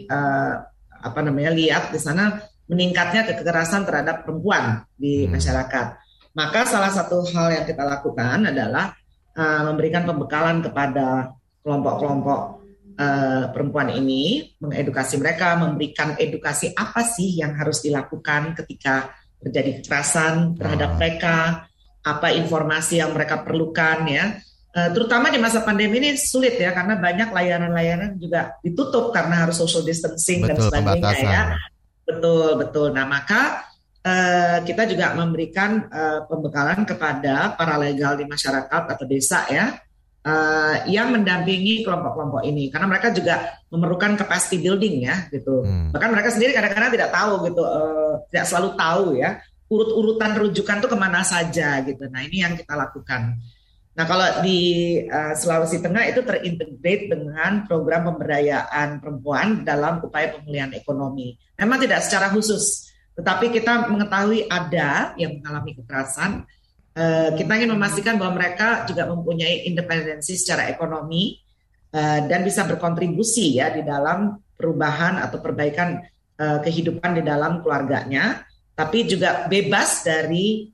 lihat di sana meningkatnya kekerasan terhadap perempuan di masyarakat. Maka salah satu hal yang kita lakukan adalah memberikan pembekalan kepada kelompok-kelompok perempuan ini, mengedukasi mereka, memberikan edukasi apa sih yang harus dilakukan ketika terjadi kekerasan terhadap mereka, apa informasi yang mereka perlukan ya. Terutama di masa pandemi ini sulit ya, karena banyak layanan-layanan juga ditutup karena harus social distancing dan sebagainya ya. Betul. Nah maka kita juga memberikan pembekalan kepada para legal di masyarakat atau desa ya, yang mendampingi kelompok-kelompok ini, karena mereka juga memerlukan capacity building ya gitu. Bahkan mereka sendiri kadang-kadang tidak tahu gitu, tidak selalu tahu ya urut-urutan rujukan tuh kemana saja gitu. Nah ini yang kita lakukan. Nah kalau di Sulawesi Tengah itu terintegrate dengan program pemberdayaan perempuan dalam upaya pemulihan ekonomi. Memang tidak secara khusus, tetapi kita mengetahui ada yang mengalami kekerasan. Kita ingin memastikan bahwa mereka juga mempunyai independensi secara ekonomi dan bisa berkontribusi ya di dalam perubahan atau perbaikan kehidupan di dalam keluarganya, tapi juga bebas dari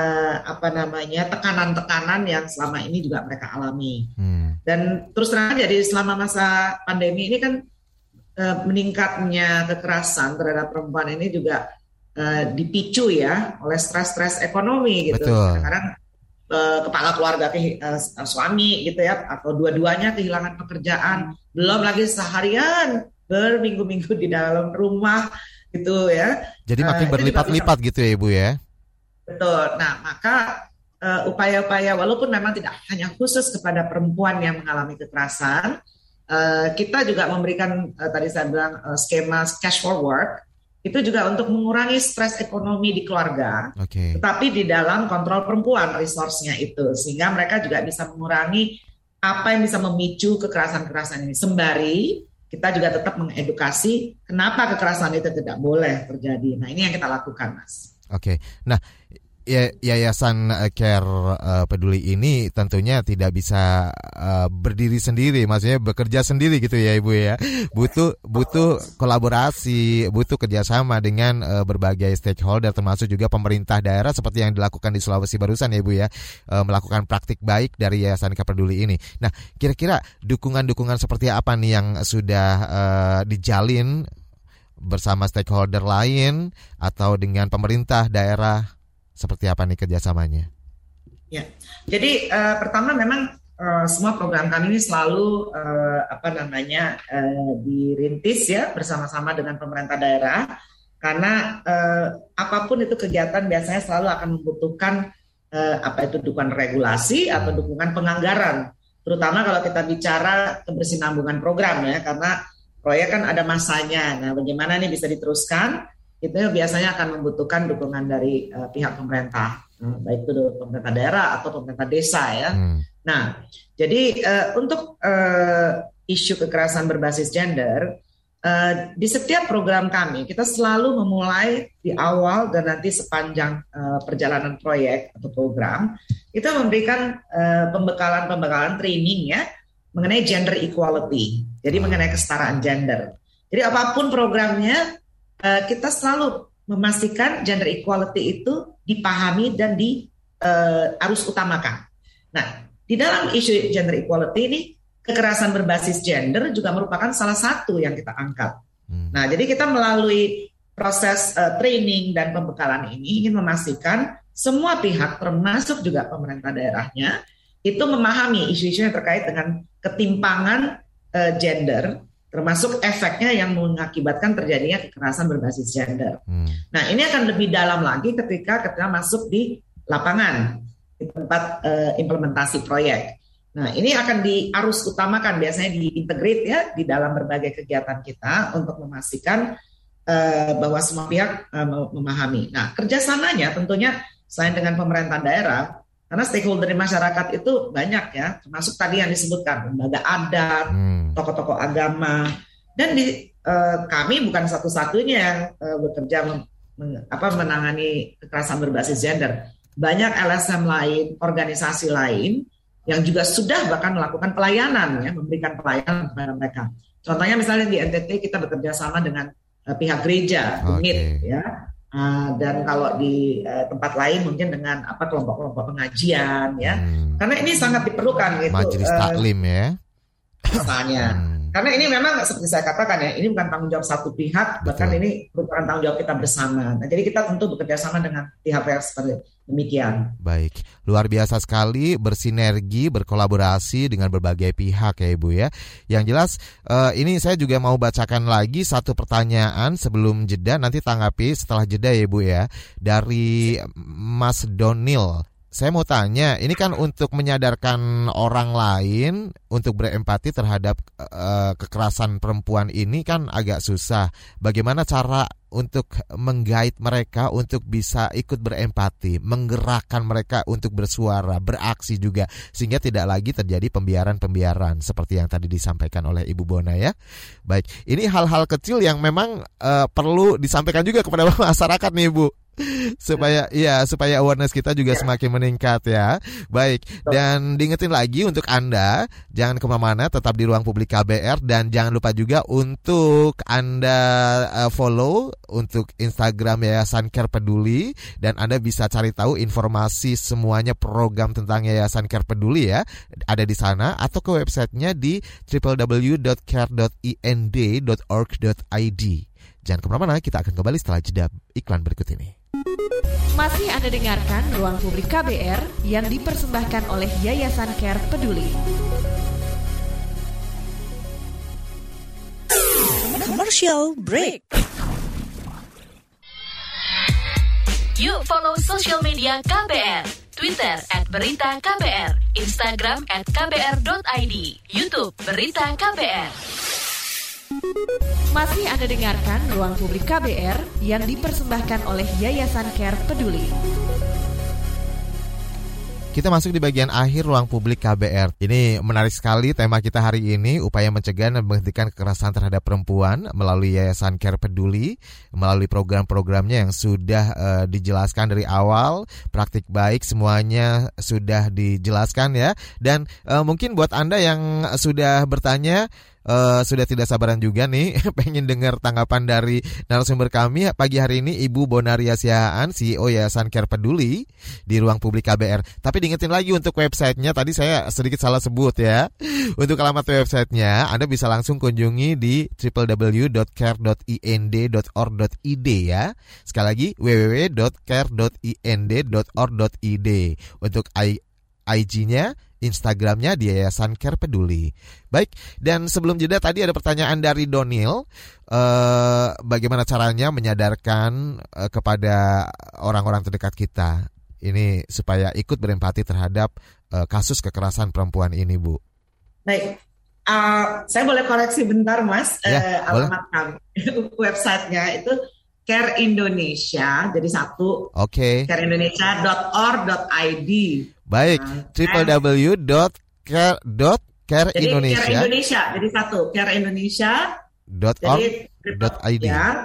tekanan-tekanan yang selama ini juga mereka alami. Dan terus terang jadi selama masa pandemi ini kan meningkatnya kekerasan terhadap perempuan ini juga dipicu ya oleh stres-stres ekonomi gitu. Kadang-kadang kepala keluarga suami gitu ya, atau dua-duanya kehilangan pekerjaan, belum lagi seharian berminggu-minggu di dalam rumah gitu ya. Jadi makin berlipat-lipat gitu ya Ibu ya. Betul. Nah maka upaya-upaya walaupun memang tidak hanya khusus kepada perempuan yang mengalami kekerasan, kita juga memberikan tadi saya bilang skema cash for work. Itu juga untuk mengurangi stres ekonomi di keluarga, tetapi di dalam kontrol perempuan resource-nya itu, sehingga mereka juga bisa mengurangi apa yang bisa memicu kekerasan-kekerasan ini. Sembari kita juga tetap mengedukasi kenapa kekerasan itu tidak boleh terjadi. Nah ini yang kita lakukan Mas. Nah Yayasan Care Peduli ini tentunya tidak bisa berdiri sendiri, maksudnya bekerja sendiri gitu ya Ibu ya. Butuh kolaborasi, butuh kerjasama dengan berbagai stakeholder, termasuk juga pemerintah daerah seperti yang dilakukan di Sulawesi barusan ya Ibu ya, melakukan praktik baik dari Yayasan Care Peduli ini. Nah, kira-kira dukungan seperti apa nih yang sudah dijalin bersama stakeholder lain atau dengan pemerintah daerah? Seperti apa nih kerjasamanya? Ya, jadi pertama memang semua program kami ini selalu dirintis ya bersama-sama dengan pemerintah daerah, karena apapun itu kegiatan biasanya selalu akan membutuhkan dukungan regulasi atau dukungan penganggaran, terutama kalau kita bicara kebersinambungan program ya, karena proyek kan ada masanya. Nah, bagaimana nih bisa diteruskan? Itu biasanya akan membutuhkan dukungan dari pihak pemerintah, baik itu pemerintah daerah atau pemerintah desa ya. Nah, jadi untuk isu kekerasan berbasis gender, di setiap program kami kita selalu memulai di awal dan nanti sepanjang perjalanan proyek atau program, kita memberikan pembekalan training ya mengenai gender equality, jadi mengenai kesetaraan gender. Jadi apapun programnya, kita selalu memastikan gender equality itu dipahami dan harus utamakan. Nah, di dalam isu gender equality ini, kekerasan berbasis gender juga merupakan salah satu yang kita angkat. Nah, jadi kita melalui proses training dan pembekalan ini ingin memastikan semua pihak, termasuk juga pemerintah daerahnya, itu memahami isu-isu yang terkait dengan ketimpangan gender, termasuk efeknya yang mengakibatkan terjadinya kekerasan berbasis gender. Nah, ini akan lebih dalam lagi ketika masuk di lapangan, di tempat implementasi proyek. Nah, ini akan harus utamakan, biasanya diintegrate ya di dalam berbagai kegiatan kita untuk memastikan bahwa semua pihak memahami. Nah, kerjasamanya tentunya selain dengan pemerintah daerah, karena stakeholder di masyarakat itu banyak ya, termasuk tadi yang disebutkan lembaga adat, tokoh-tokoh agama, dan kami bukan satu-satunya yang bekerja menangani kekerasan berbasis gender. Banyak LSM lain, organisasi lain yang juga sudah bahkan melakukan pelayanan ya, memberikan pelayanan kepada mereka. Contohnya misalnya di NTT kita bekerja sama dengan pihak gereja, UNIT ya. Dan kalau di tempat lain mungkin dengan kelompok-kelompok pengajian ya, karena ini sangat diperlukan gitu. Majelis taklim ya, misalnya. Karena ini memang seperti saya katakan ya, ini bukan tanggung jawab satu pihak, bahkan ini merupakan tanggung jawab kita bersama. Nah, jadi kita tentu bekerja sama dengan pihak-pihak seperti demikian. Baik, luar biasa sekali bersinergi, berkolaborasi dengan berbagai pihak ya Ibu ya. Yang jelas ini saya juga mau bacakan lagi satu pertanyaan sebelum jeda, nanti tanggapi setelah jeda ya Ibu ya. Dari Mas Donil. Saya mau tanya, ini kan untuk menyadarkan orang lain untuk berempati terhadap kekerasan perempuan ini kan agak susah. Bagaimana cara untuk menggait mereka untuk bisa ikut berempati, menggerakkan mereka untuk bersuara, beraksi juga, sehingga tidak lagi terjadi pembiaran-pembiaran seperti yang tadi disampaikan oleh Ibu Bona ya. Baik, ini hal-hal kecil yang memang perlu disampaikan juga kepada masyarakat nih Ibu. supaya awareness kita juga semakin meningkat ya. Baik, dan diingetin lagi untuk Anda jangan kemana-mana, tetap di Ruang Publik KBR, dan jangan lupa juga untuk Anda follow untuk Instagram Yayasan Care Peduli, dan Anda bisa cari tahu informasi semuanya program tentang Yayasan Care Peduli ya, ada di sana, atau ke websitenya di www.care.ind.org.id. Jangan kemana-mana, kita akan kembali setelah jeda iklan berikut ini. Masih Anda dengarkan Ruang Publik KBR yang dipersembahkan oleh Yayasan Care Peduli. Commercial break. Yuk follow social media KBR, Twitter @beritaKBR, Instagram @kbr.id, YouTube Berita KBR. Masih Anda dengarkan Ruang Publik KBR yang dipersembahkan oleh Yayasan Care Peduli. Kita masuk di bagian akhir Ruang Publik KBR. Ini menarik sekali tema kita hari ini, upaya mencegah dan menghentikan kekerasan terhadap perempuan melalui Yayasan Care Peduli, melalui program-programnya yang sudah dijelaskan dari awal, praktik baik semuanya sudah dijelaskan ya. Dan mungkin buat Anda yang sudah bertanya, sudah tidak sabaran juga nih pengen dengar tanggapan dari narasumber kami pagi hari ini, Ibu Bonaria Siahaan, CEO Yayasan Care Peduli di Ruang Publik KBR. Tapi diingetin lagi untuk websitenya, tadi saya sedikit salah sebut ya. Untuk alamat websitenya Anda bisa langsung kunjungi di www.care.ind.or.id ya. Sekali lagi www.care.ind.or.id. Untuk IG-nya, Instagramnya di Yayasan Care Peduli. Baik, dan sebelum jeda tadi ada pertanyaan dari Donil, bagaimana caranya menyadarkan kepada orang-orang terdekat kita ini supaya ikut berempati terhadap kasus kekerasan perempuan ini, Bu. Baik, saya boleh koreksi bentar, Mas. Ya, alamat kami, websitenya itu Care Indonesia, jadi satu. Oke. careindonesia.or.id. Baik, www.care.indonesia. Care Indonesia, jadi satu, careindonesia.org.id.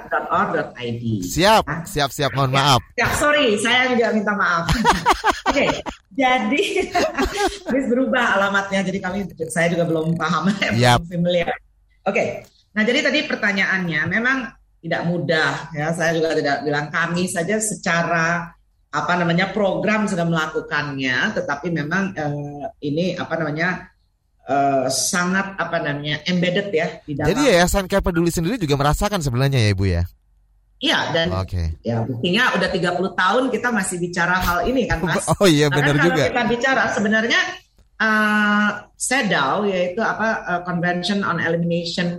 Siap, mohon maaf. Ya, sorry, saya juga minta maaf. Oke, jadi harus berubah alamatnya, jadi saya juga belum paham, belum familiar. Oke, nah jadi tadi pertanyaannya memang tidak mudah ya, saya juga tidak bilang kami saja secara program sudah melakukannya, tetapi memang ini sangat embedded ya di dalam. Jadi Yayasan Care Peduli sendiri juga merasakan sebenarnya ya Ibu ya? Iya, dan ya buktinya udah 30 tahun kita masih bicara hal ini kan, Mas. Oh iya, benar juga. Kalau kita bicara sebenarnya CEDAW, yaitu Convention on Elimination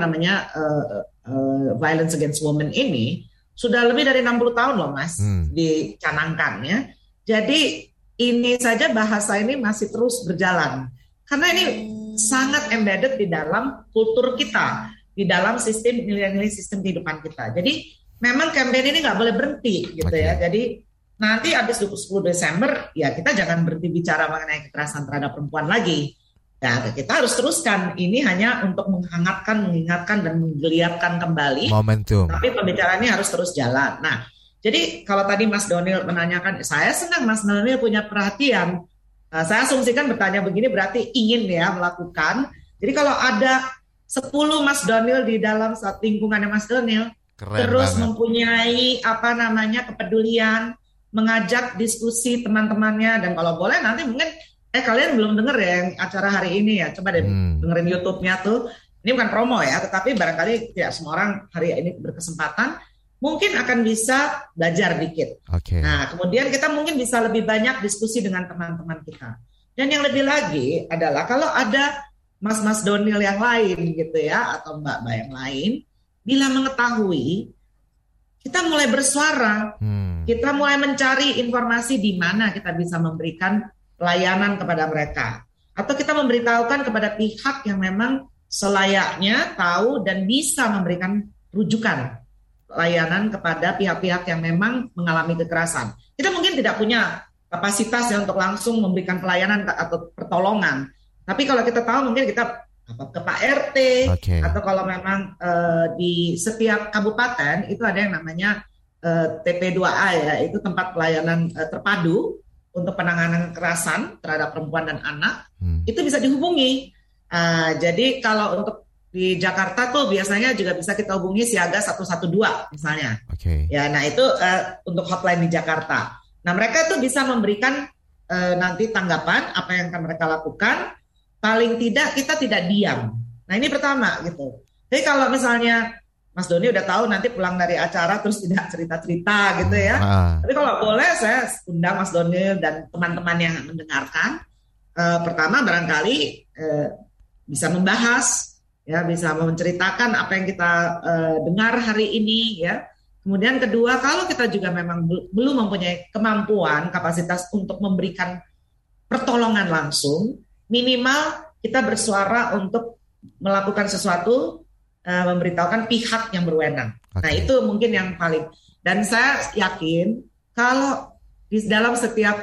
Violence Against Women ini sudah lebih dari 60 tahun loh, Mas, dicanangkan ya. Jadi ini saja bahasa ini masih terus berjalan. Karena ini sangat embedded di dalam kultur kita, di dalam sistem nilai-nilai sistem kehidupan kita. Jadi memang campaign ini nggak boleh berhenti gitu ya. Jadi nanti habis 10 Desember ya kita jangan berhenti bicara mengenai kekerasan terhadap perempuan lagi. Nah, kita harus teruskan. Ini hanya untuk menghangatkan, mengingatkan, dan menggeliatkan kembali. Momentum. Tapi pembicaraannya harus terus jalan. Nah, jadi kalau tadi Mas Donil menanyakan, saya senang Mas Donil punya perhatian. Saya asumsikan bertanya begini berarti ingin ya melakukan. Jadi kalau ada 10 Mas Donil di dalam lingkungannya Mas Donil, terus banget. Mempunyai kepedulian, mengajak diskusi teman-temannya, dan kalau boleh nanti mungkin kalian belum denger ya yang acara hari ini ya, coba deh dengerin YouTube-nya tuh. Ini bukan promo ya, tetapi barangkali tidak semua orang hari ini berkesempatan, mungkin akan bisa belajar dikit. Nah, kemudian kita mungkin bisa lebih banyak diskusi dengan teman-teman kita. Dan yang lebih lagi adalah kalau ada Mas-Mas Donil yang lain gitu ya, atau Mbak-Mbak yang lain, bila mengetahui, kita mulai bersuara, kita mulai mencari informasi di mana kita bisa memberikan pelayanan kepada mereka, atau kita memberitahukan kepada pihak yang memang selayaknya tahu dan bisa memberikan rujukan layanan kepada pihak-pihak yang memang mengalami kekerasan. Kita mungkin tidak punya kapasitas ya untuk langsung memberikan pelayanan atau pertolongan, tapi kalau kita tahu mungkin kita ke Pak RT, atau kalau memang di setiap kabupaten itu ada yang namanya TP2A ya, itu tempat pelayanan terpadu untuk penanganan kekerasan terhadap perempuan dan anak, itu bisa dihubungi. Jadi kalau untuk di Jakarta tuh biasanya juga bisa kita hubungi Siaga 112 misalnya. Ya, nah itu untuk hotline di Jakarta. Nah mereka tuh bisa memberikan nanti tanggapan apa yang akan mereka lakukan. Paling tidak kita tidak diam. Nah ini pertama gitu. Jadi kalau misalnya Mas Doni udah tahu nanti pulang dari acara terus tidak cerita-cerita gitu ya. Tapi kalau boleh saya undang Mas Doni dan teman-teman yang mendengarkan. Pertama barangkali bisa membahas, ya bisa menceritakan apa yang kita dengar hari ini ya. Kemudian kedua, kalau kita juga memang belum mempunyai kemampuan, kapasitas untuk memberikan pertolongan langsung, minimal kita bersuara untuk melakukan sesuatu, memberitahukan pihak yang berwenang. Nah itu mungkin yang paling. Dan saya yakin kalau di dalam setiap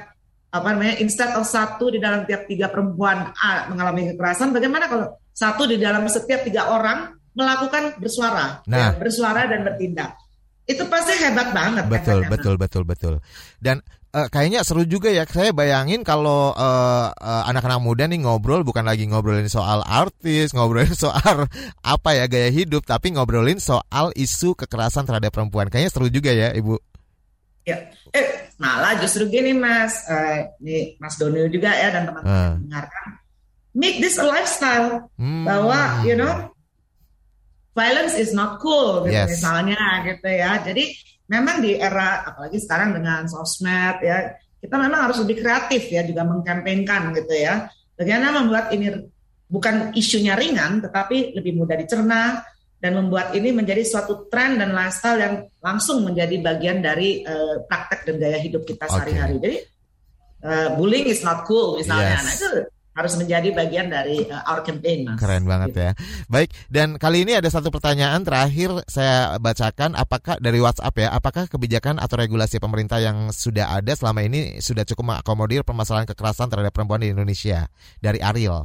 instead of 1 di dalam tiap 3 perempuan mengalami kekerasan, bagaimana kalau 1 di dalam setiap 3 orang melakukan bersuara, bersuara dan bertindak. Itu pasti hebat banget. Betul. Dan kayaknya seru juga ya. Saya bayangin kalau anak-anak muda nih ngobrol, bukan lagi ngobrolin soal artis, ngobrolin soal gaya hidup, tapi ngobrolin soal isu kekerasan terhadap perempuan. Kayaknya seru juga ya, Ibu. Ya, malah justru gini Mas, nih Mas Donil juga ya dan teman-teman mendengarkan, make this a lifestyle, bahwa violence is not cool, gitu, misalnya gitu ya. Jadi memang di era apalagi sekarang dengan sosmed ya, kita memang harus lebih kreatif ya, juga mengkampanyekan gitu ya. Bagaimana membuat ini bukan isunya ringan, tetapi lebih mudah dicerna dan membuat ini menjadi suatu tren dan lifestyle yang langsung menjadi bagian dari praktek dan gaya hidup kita sehari-hari. Jadi bullying is not cool misalnya. Nah, itu harus menjadi bagian dari our campaign, Mas. Keren banget ya. Baik, dan kali ini ada satu pertanyaan terakhir saya bacakan, apakah dari WhatsApp ya, apakah kebijakan atau regulasi pemerintah yang sudah ada selama ini sudah cukup mengakomodir permasalahan kekerasan terhadap perempuan di Indonesia? Dari Ariel.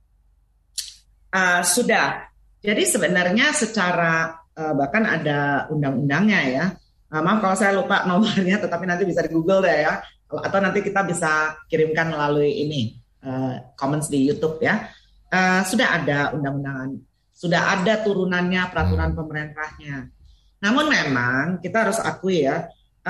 Sudah. Jadi sebenarnya secara bahkan ada undang-undangnya ya. Maaf kalau saya lupa nomornya, tetapi nanti bisa di Google deh ya. Atau nanti kita bisa kirimkan melalui ini. Comments di YouTube ya, sudah ada undang-undangan, sudah ada turunannya, peraturan pemerintahnya. Namun memang kita harus akui ya,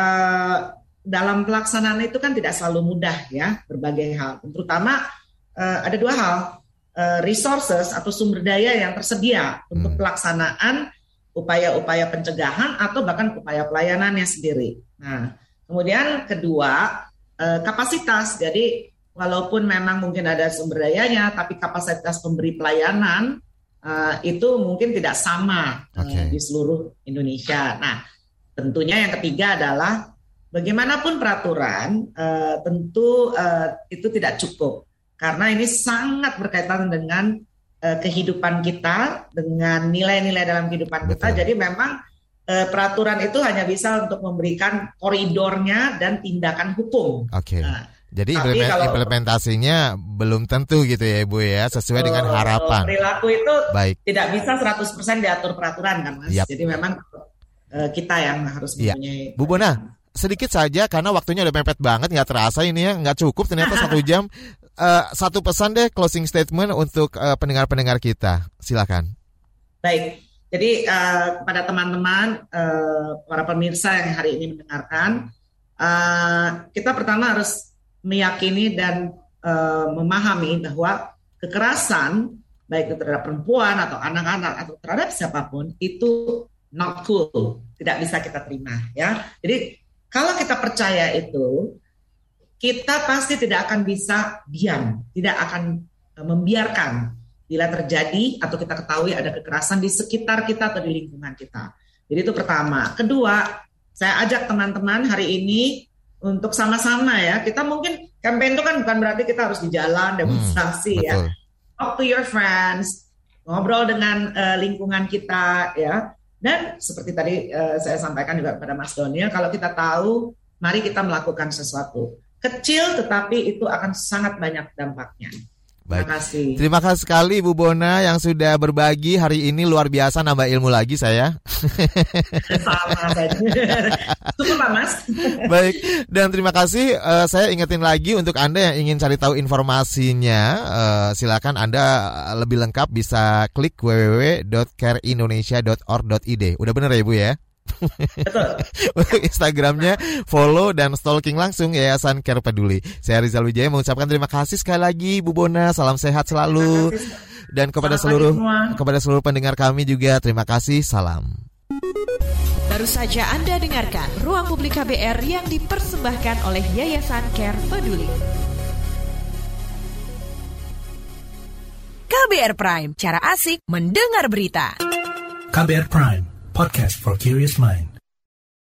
dalam pelaksanaan itu kan tidak selalu mudah ya, berbagai hal. Terutama ada 2 hal, resources atau sumber daya yang tersedia untuk pelaksanaan upaya-upaya pencegahan atau bahkan upaya pelayanannya sendiri. Nah, kemudian kedua, kapasitas. Jadi walaupun memang mungkin ada sumber dayanya, tapi kapasitas pemberi pelayanan itu mungkin tidak sama di seluruh Indonesia. Nah, tentunya yang ketiga adalah bagaimanapun peraturan tentu itu tidak cukup. Karena ini sangat berkaitan dengan kehidupan kita, dengan nilai-nilai dalam kehidupan kita. Jadi memang peraturan itu hanya bisa untuk memberikan koridornya dan tindakan hukum. Jadi implementasinya belum tentu gitu ya Ibu ya, sesuai dengan harapan. Perilaku itu tidak bisa 100% diatur peraturan kan Mas. Jadi memang kita yang harus mempunyai. Bu Bona, sedikit saja karena waktunya udah mepet banget, nggak terasa ini ya, nggak cukup ternyata 1 jam. 1 pesan deh, closing statement untuk pendengar-pendengar kita, silakan. Baik, jadi kepada teman-teman, para pemirsa yang hari ini mendengarkan, kita pertama harus meyakini dan memahami bahwa kekerasan baik itu terhadap perempuan atau anak-anak atau terhadap siapapun itu not cool, tidak bisa kita terima ya. Jadi kalau kita percaya itu, kita pasti tidak akan bisa diam, tidak akan membiarkan bila terjadi atau kita ketahui ada kekerasan di sekitar kita atau di lingkungan kita. Jadi itu pertama. Kedua, saya ajak teman-teman hari ini untuk sama-sama ya, kita mungkin campaign itu kan bukan berarti kita harus di jalan demonstrasi ya. Talk to your friends, ngobrol dengan lingkungan kita ya. Dan seperti tadi saya sampaikan juga kepada Mas Donil, kalau kita tahu, mari kita melakukan sesuatu. Kecil tetapi itu akan sangat banyak dampaknya. Baik. Terima kasih. Terima kasih sekali Bu Bona yang sudah berbagi hari ini, luar biasa, nambah ilmu lagi saya. Sama saja. Cukup Pak Mas. Baik, dan terima kasih. Saya ingetin lagi untuk Anda yang ingin cari tahu informasinya, silakan Anda lebih lengkap bisa klik www.careindonesia.org.id. Udah bener ya Bu ya? Betul. Untuk Instagramnya follow dan stalking langsung Yayasan Care Peduli. Saya Rizal Wijaya mengucapkan terima kasih sekali lagi Bu Bona, salam sehat selalu. Dan kepada seluruh pendengar kami juga terima kasih, salam. Baru saja Anda dengarkan Ruang Publik KBR yang dipersembahkan oleh Yayasan Care Peduli. KBR Prime, cara asik mendengar berita. KBR Prime, podcast for curious mind.